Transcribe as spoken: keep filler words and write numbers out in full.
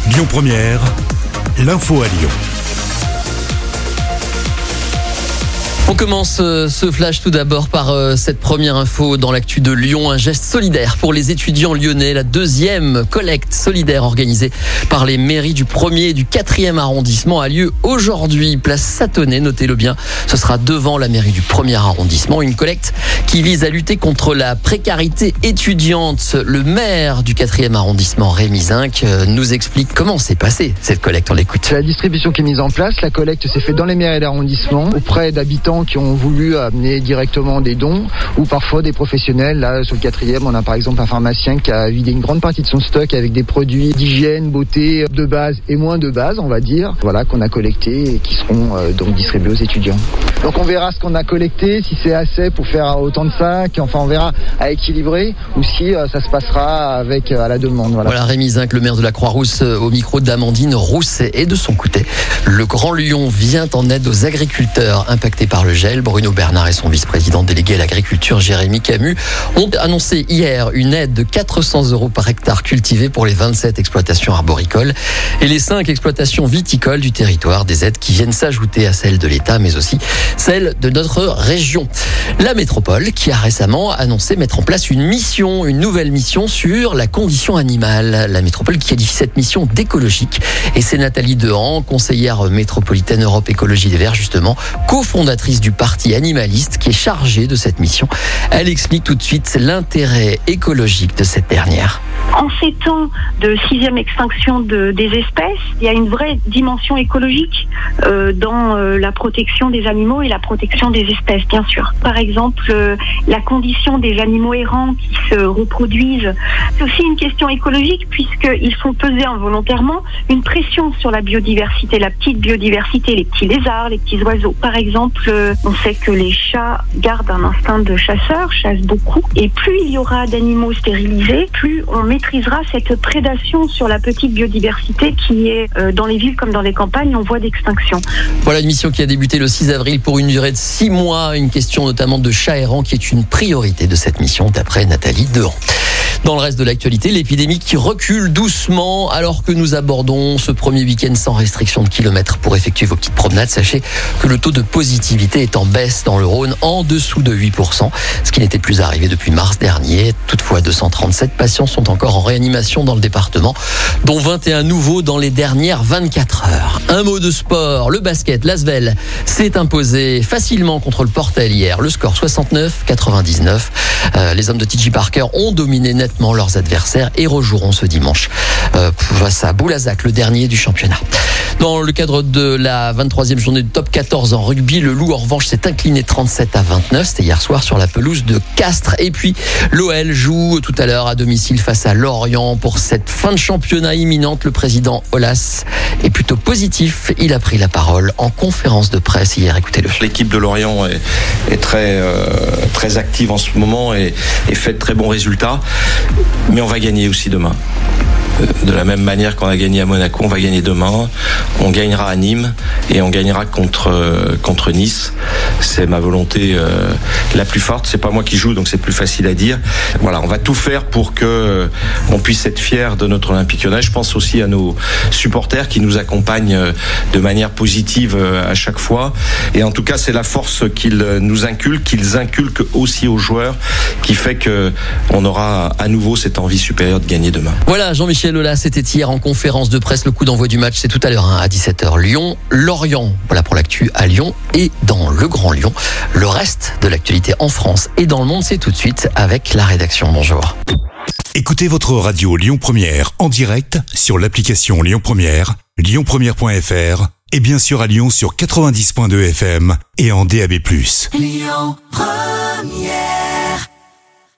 Lyon Première, l'info à Lyon. On commence ce flash tout d'abord par cette première info dans l'actu de Lyon. Un geste solidaire pour les étudiants lyonnais. La deuxième collecte solidaire organisée par les mairies du premier et du quatrième arrondissement a lieu aujourd'hui. Place Satonnet, notez-le bien. Ce sera devant la mairie du premier arrondissement. Une collecte qui vise à lutter contre la précarité étudiante. Le maire du quatrième arrondissement, Rémi Zinc, nous explique comment s'est passée cette collecte. On l'écoute. C'est la distribution qui est mise en place. La collecte s'est faite dans les mairies d'arrondissement auprès d'habitants qui ont voulu amener directement des dons ou parfois des professionnels. Là, sur le quatrième, on a par exemple un pharmacien qui a vidé une grande partie de son stock avec des produits d'hygiène, beauté, de base et moins de base, on va dire. Voilà, qu'on a collecté et qui seront euh, donc distribués aux étudiants. Donc on verra ce qu'on a collecté, si c'est assez pour faire autant de sacs, enfin on verra à équilibrer ou si euh, ça se passera avec euh, à la demande. Voilà, voilà Rémi Zinc, le maire de la Croix-Rousse, au micro d'Amandine Rousset. Et de son côté, le Grand Lyon vient en aide aux agriculteurs impactés par le gel. Bruno Bernard et son vice-président délégué à l'agriculture, Jérémy Camus, ont annoncé hier une aide de quatre cents euros par hectare cultivé pour les vingt-sept exploitations arboricoles et les cinq exploitations viticoles du territoire. Des aides qui viennent s'ajouter à celles de l'État, mais aussi celles de notre région. La métropole qui a récemment annoncé mettre en place une mission, une nouvelle mission sur la condition animale. La métropole qui qualifie cette mission d'écologique. Et c'est Nathalie Dehan, conseillère métropolitaine Europe Écologie des Verts, justement, cofondatrice du parti animaliste qui est chargée de cette mission. Elle explique tout de suite l'intérêt écologique de cette dernière. En ces temps de sixième extinction de, des espèces, il y a une vraie dimension écologique euh, dans euh, la protection des animaux et la protection des espèces, bien sûr. Par exemple, euh, la condition des animaux errants qui se reproduisent, c'est aussi une question écologique puisqu'ils font peser involontairement une pression sur la biodiversité, la petite biodiversité, les petits lézards, les petits oiseaux. Par exemple, euh, on sait que les chats gardent un instinct de chasseur, chassent beaucoup, et plus il y aura d'animaux stérilisés, plus on maîtrisera cette prédation sur la petite biodiversité qui est euh, dans les villes comme dans les campagnes en voie d'extinction. Voilà une mission qui a débuté le six avril pour une durée de six mois, une question notamment de chats errants qui est une priorité de cette mission d'après Nathalie Dehan. Dans le reste de l'actualité, l'épidémie qui recule doucement alors que nous abordons ce premier week-end sans restriction de kilomètres pour effectuer vos petites promenades. Sachez que le taux de positivité est en baisse dans le Rhône, en dessous de huit pour cent, ce qui n'était plus arrivé depuis mars dernier. Toutefois, deux cent trente-sept patients sont encore en réanimation dans le département, dont vingt et un nouveaux dans les dernières vingt-quatre heures. Un mot de sport, le basket, l'Asvel s'est imposé facilement contre le Portel hier. Le score soixante-neuf à quatre-vingt-dix-neuf. Euh, les hommes de T J Parker ont dominé nettement leurs adversaires et rejoueront ce dimanche euh, face à Boulazac, le dernier du championnat. Dans le cadre de la vingt-troisième journée du top quatorze en rugby, le Loup en revanche s'est incliné trente-sept à vingt-neuf. C'était hier soir sur la pelouse de Castres. Et puis l'O L joue tout à l'heure à domicile face à Lorient pour cette fin de championnat imminente. Le président Aulas est plutôt positif. Il a pris la parole en conférence de presse hier. Écoutez-le. L'équipe de Lorient est, est très, euh, très active en ce moment et, et fait de très bons résultats. Mais on va gagner aussi demain. De la même manière qu'on a gagné à Monaco, on va gagner demain. On gagnera à Nîmes et on gagnera contre contre Nice. C'est ma volonté euh, la plus forte. C'est pas moi qui joue, donc c'est plus facile à dire. Voilà, on va tout faire pour que euh, on puisse être fiers de notre Olympique Lyonnais. Je pense aussi à nos supporters qui nous accompagnent euh, de manière positive euh, à chaque fois. Et en tout cas, c'est la force qu'ils nous inculquent, qu'ils inculquent aussi aux joueurs, qui fait que on aura à nouveau cette envie supérieure de gagner demain. Voilà, Jean-Michel Aulas, c'était hier en conférence de presse. Le coup d'envoi du match, c'est tout à l'heure hein, à dix-sept heures. Lyon, Lorient. Voilà pour l'actu à Lyon et dans le Grand Lyon. Le reste de l'actualité en France et dans le monde, c'est tout de suite avec la rédaction. Bonjour. Écoutez votre radio Lyon Première en direct sur l'application Lyon Première, lyon première point f r et bien sûr à Lyon sur quatre-vingt-dix point deux F M et en D A B plus. Lyon Première.